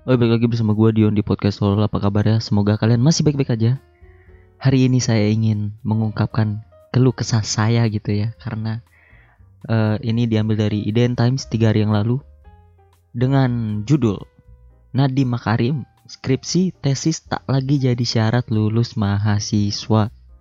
Oh, balik lagi bersama gue Dion di podcast Lol. Apa kabarnya? Semoga kalian masih baik-baik aja. Hari ini saya ingin mengungkapkan keluh kesah saya gitu ya, karena ini diambil dari IDN Times 3 hari yang lalu dengan judul Nadiem Makarim, skripsi tesis tak lagi jadi syarat lulus mahasiswa.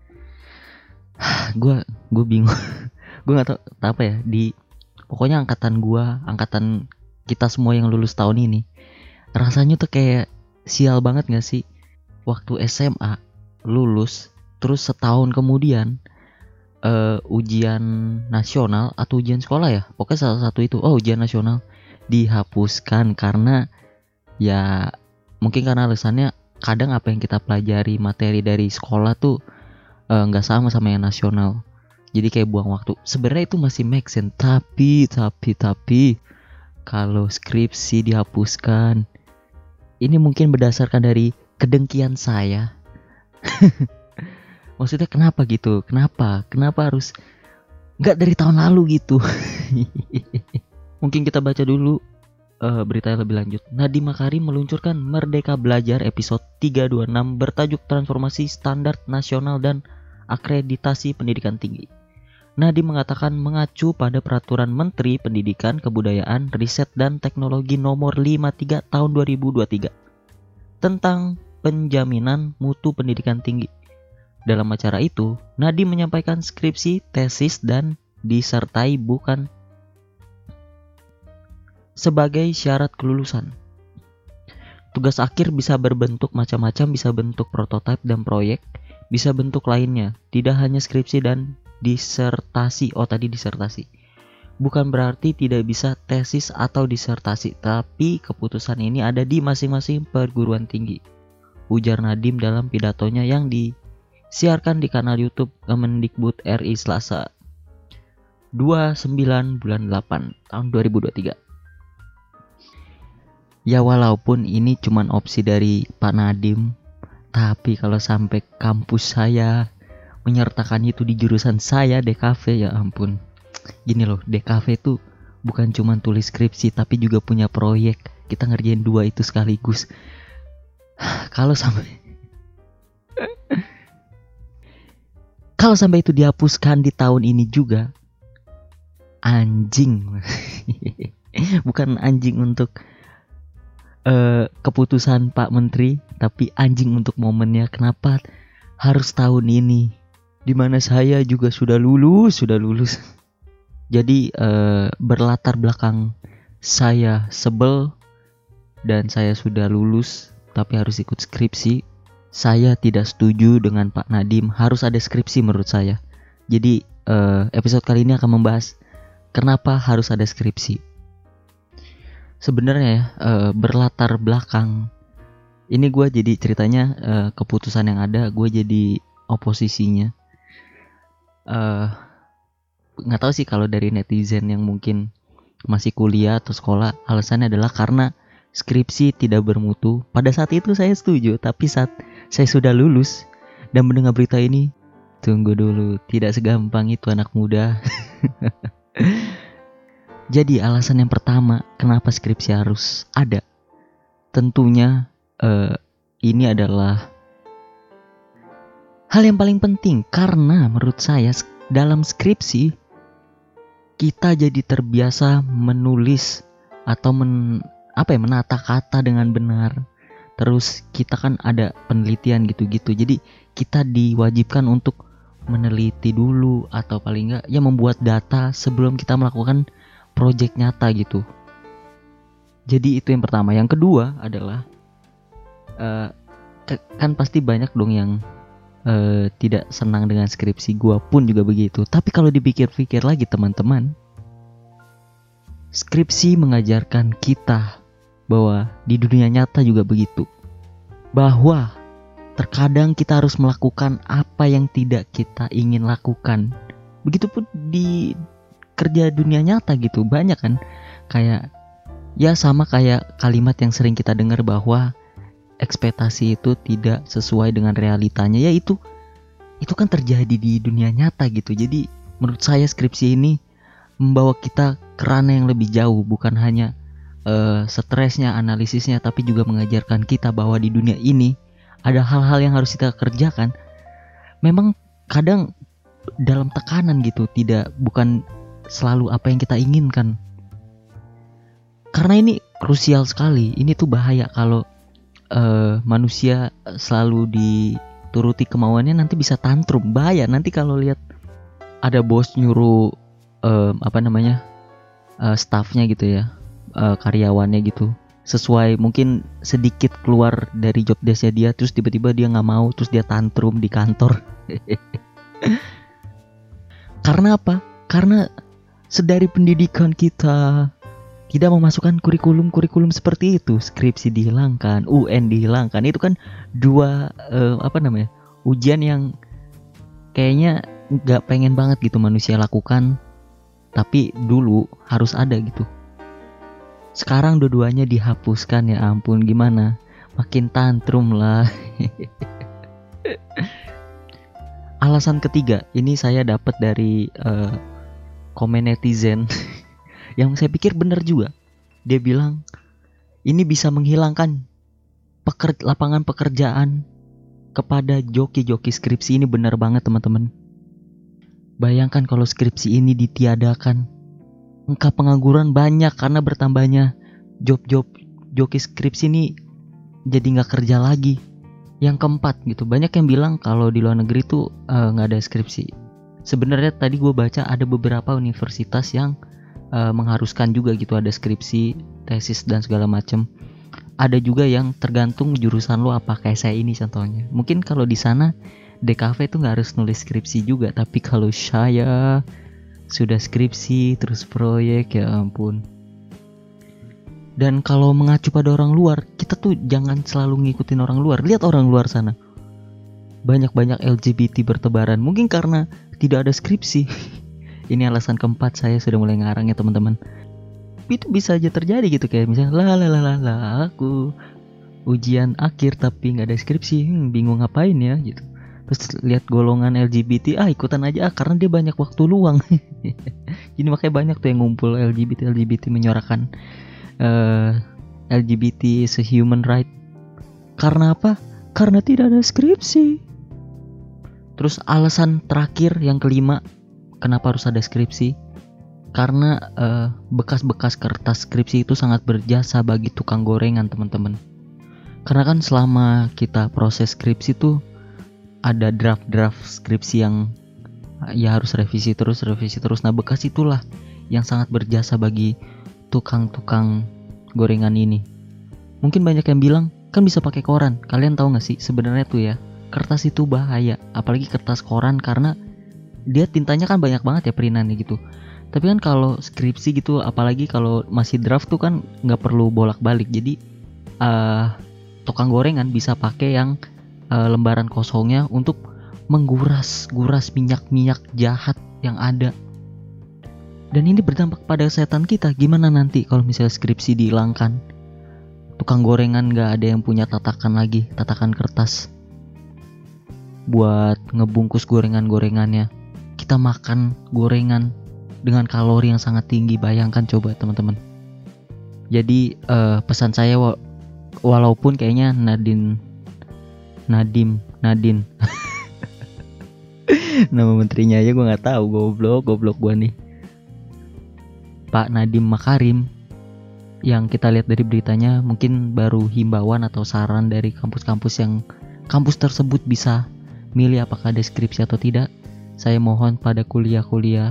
Gue bingung. Gue nggak tahu apa ya, pokoknya angkatan kita semua yang lulus tahun ini, rasanya tuh kayak sial banget gak sih? Waktu SMA lulus, terus setahun kemudian ujian nasional atau ujian sekolah ya, pokoknya salah satu itu, ujian nasional dihapuskan karena ya mungkin karena alasannya kadang apa yang kita pelajari materi dari sekolah tuh nggak sama yang nasional, jadi kayak buang waktu. Sebenarnya itu masih make sense, tapi kalau skripsi dihapuskan, ini mungkin berdasarkan dari kedengkian saya. Maksudnya kenapa gitu? Kenapa harus nggak dari tahun lalu gitu? Mungkin kita baca dulu berita yang lebih lanjut. Nadiem Makarim meluncurkan Merdeka Belajar episode 326 bertajuk Transformasi Standar Nasional dan Akreditasi Pendidikan Tinggi. Nadiem mengatakan mengacu pada Peraturan Menteri Pendidikan, Kebudayaan, Riset dan Teknologi Nomor 53 Tahun 2023 tentang penjaminan mutu pendidikan tinggi. Dalam acara itu, Nadiem menyampaikan skripsi, tesis, dan disertai bukan sebagai syarat kelulusan. Tugas akhir bisa berbentuk macam-macam, bisa bentuk prototipe dan proyek, bisa bentuk lainnya, tidak hanya skripsi dan disertasi. Disertasi. Bukan berarti tidak bisa tesis atau disertasi, tapi keputusan ini ada di masing-masing perguruan tinggi, ujar Nadiem dalam pidatonya yang disiarkan di kanal YouTube Kemendikbud RI Selasa 29 bulan 8 tahun 2023. Ya walaupun ini cuma opsi dari Pak Nadiem, tapi kalau sampai kampus saya menyertakan itu di jurusan saya DKV, ya ampun. Gini loh, DKV tuh bukan cuma tulis skripsi tapi juga punya proyek. Kita ngerjain dua itu sekaligus. Kalau sampai itu dihapuskan di tahun ini juga, anjing. Bukan anjing untuk keputusan Pak Menteri, tapi anjing untuk momennya. Kenapa harus tahun ini, dimana saya juga sudah lulus. Jadi berlatar belakang saya sebel dan saya sudah lulus tapi harus ikut skripsi. Saya tidak setuju dengan Pak Nadiem, harus ada skripsi menurut saya. Jadi episode kali ini akan membahas kenapa harus ada skripsi. Sebenarnya ya, berlatar belakang ini gue jadi ceritanya keputusan yang ada, gue jadi oposisinya. Nggak tahu sih kalau dari netizen yang mungkin masih kuliah atau sekolah, alasannya adalah karena skripsi tidak bermutu. Pada saat itu saya setuju, tapi saat saya sudah lulus dan mendengar berita ini, tunggu dulu, tidak segampang itu anak muda. Jadi alasan yang pertama kenapa skripsi harus ada, tentunya ini adalah hal yang paling penting, karena menurut saya dalam skripsi kita jadi terbiasa menulis atau menata kata dengan benar. Terus kita kan ada penelitian gitu-gitu. Jadi kita diwajibkan untuk meneliti dulu atau paling enggak ya membuat data sebelum kita melakukan proyek nyata gitu. Jadi itu yang pertama. Yang kedua adalah kan pasti banyak dong yang tidak senang dengan skripsi. Gua pun juga begitu. Tapi kalau dipikir-pikir lagi teman-teman, skripsi mengajarkan kita bahwa di dunia nyata juga begitu, bahwa terkadang kita harus melakukan apa yang tidak kita ingin lakukan. Begitupun di kerja dunia nyata gitu, banyak kan kayak ya sama kayak kalimat yang sering kita dengar bahwa ekspektasi itu tidak sesuai dengan realitanya. Ya itu kan terjadi di dunia nyata gitu. Jadi menurut saya skripsi ini membawa kita ke ranah yang lebih jauh, bukan hanya stresnya, analisisnya, tapi juga mengajarkan kita bahwa di dunia ini ada hal-hal yang harus kita kerjakan. Memang kadang dalam tekanan gitu, bukan selalu apa yang kita inginkan. Karena ini krusial sekali. Ini tuh bahaya kalau manusia selalu dituruti kemauannya, nanti bisa tantrum. Bahaya nanti kalau lihat ada bos nyuruh staffnya gitu ya, karyawannya gitu, sesuai mungkin sedikit keluar dari job desknya dia, terus tiba-tiba dia nggak mau, terus dia tantrum di kantor. Karena apa? Karena sedari pendidikan kita tidak memasukkan kurikulum seperti itu. Skripsi dihilangkan, UN dihilangkan. Itu kan dua ujian yang kayaknya nggak pengen banget gitu manusia lakukan, tapi dulu harus ada gitu. Sekarang dua-duanya dihapuskan, ya ampun, gimana? Makin tantrum lah. Alasan ketiga, ini saya dapat dari komen netizen yang saya pikir benar juga. Dia bilang ini bisa menghilangkan lapangan pekerjaan kepada joki-joki skripsi. Ini benar banget teman-teman. Bayangkan kalau skripsi ini ditiadakan, angka pengangguran banyak karena bertambahnya job-job joki skripsi ini, jadi nggak kerja lagi. Yang keempat gitu, banyak yang bilang kalau di luar negeri tuh nggak ada skripsi. Sebenarnya tadi gue baca ada beberapa universitas yang mengharuskan juga gitu ada skripsi, tesis dan segala macam. Ada juga yang tergantung jurusan lo apa, kayak saya ini contohnya. Mungkin kalau di sana DKV tuh nggak harus nulis skripsi juga, tapi kalau saya sudah skripsi terus proyek, ya ampun. Dan kalau mengacu pada orang luar, kita tuh jangan selalu ngikutin orang luar. Lihat orang luar sana, banyak-banyak LGBT bertebaran, mungkin karena tidak ada skripsi. Ini alasan keempat, saya sudah mulai ngarang ya teman-teman. Itu bisa aja terjadi gitu, kayak misalnya aku ujian akhir tapi nggak ada skripsi, bingung ngapain ya gitu. Terus lihat golongan LGBT, ikutan aja karena dia banyak waktu luang. Jadi makanya banyak tuh yang ngumpul LGBT menyuarakan LGBT is a human right. Karena apa? Karena tidak ada skripsi. Terus alasan terakhir yang kelima, kenapa harus ada skripsi? Karena bekas-bekas kertas skripsi itu sangat berjasa bagi tukang gorengan teman-teman. Karena kan selama kita proses skripsi tuh ada draft-draft skripsi yang ya harus revisi terus. Nah bekas itulah yang sangat berjasa bagi tukang-tukang gorengan ini. Mungkin banyak yang bilang kan bisa pakai koran. Kalian tahu nggak sih sebenarnya tuh ya, kertas itu bahaya, apalagi kertas koran, karena dia tintanya kan banyak banget ya perintannya gitu. Tapi kan kalau skripsi gitu, apalagi kalau masih draft tuh kan nggak perlu bolak-balik. Jadi tukang gorengan bisa pakai yang lembaran kosongnya untuk menguras minyak jahat yang ada. Dan ini berdampak pada kesehatan kita. Gimana nanti kalau misalnya skripsi dihilangkan? Tukang gorengan nggak ada yang punya tatakan lagi, tatakan kertas buat ngebungkus gorengannya. Kita makan gorengan dengan kalori yang sangat tinggi. Bayangkan coba teman-teman. Jadi pesan saya, walaupun kayaknya Nadine nama menterinya aja gue nggak tahu, goblok gue nih, Pak Nadiem Makarim, yang kita lihat dari beritanya mungkin baru himbauan atau saran dari kampus-kampus yang kampus tersebut bisa milih apakah ada skripsi atau tidak. Saya mohon pada kuliah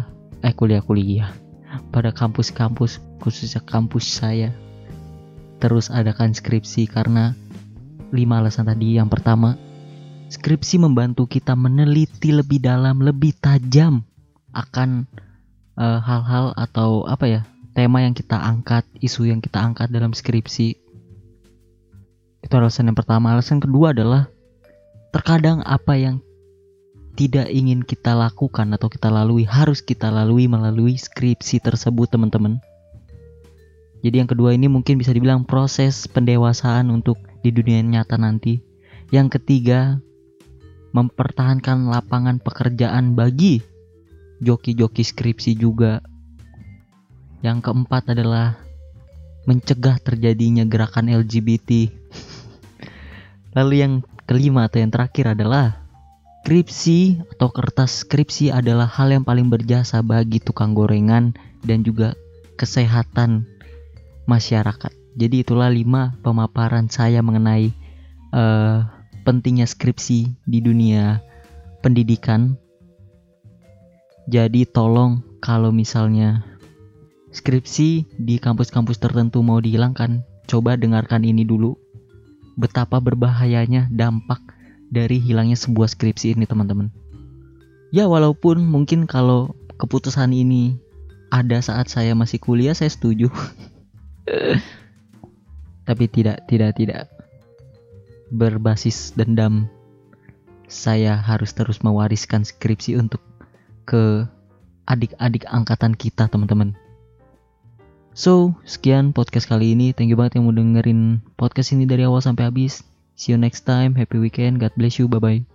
pada kampus-kampus, khususnya kampus saya, terus adakan skripsi karena 5 alasan tadi. Yang pertama, skripsi membantu kita meneliti lebih dalam, lebih tajam akan hal-hal atau tema yang kita angkat, isu yang kita angkat dalam skripsi. Itu alasan yang pertama. Alasan kedua adalah terkadang apa yang tidak ingin kita lakukan atau kita lalui harus kita lalui melalui skripsi tersebut teman-teman. Jadi yang kedua ini mungkin bisa dibilang proses pendewasaan untuk di dunia nyata nanti. Yang ketiga, mempertahankan lapangan pekerjaan bagi joki-joki skripsi juga. Yang keempat adalah mencegah terjadinya gerakan LGBT. Lalu yang kelima atau yang terakhir adalah skripsi atau kertas skripsi adalah hal yang paling berjasa bagi tukang gorengan dan juga kesehatan masyarakat. Jadi itulah 5 pemaparan saya mengenai pentingnya skripsi di dunia pendidikan. Jadi tolong kalau misalnya skripsi di kampus-kampus tertentu mau dihilangkan, coba dengarkan ini dulu. Betapa berbahayanya dampak dari hilangnya sebuah skripsi ini, teman-teman. Ya, walaupun mungkin kalau keputusan ini ada saat saya masih kuliah, saya setuju. Tapi tidak berbasis dendam. Saya harus terus mewariskan skripsi untuk ke adik-adik angkatan kita, teman-teman. So, sekian podcast kali ini. Thank you banget yang mau dengerin podcast ini dari awal sampai habis. See you next time. Happy weekend. God bless you. Bye-bye.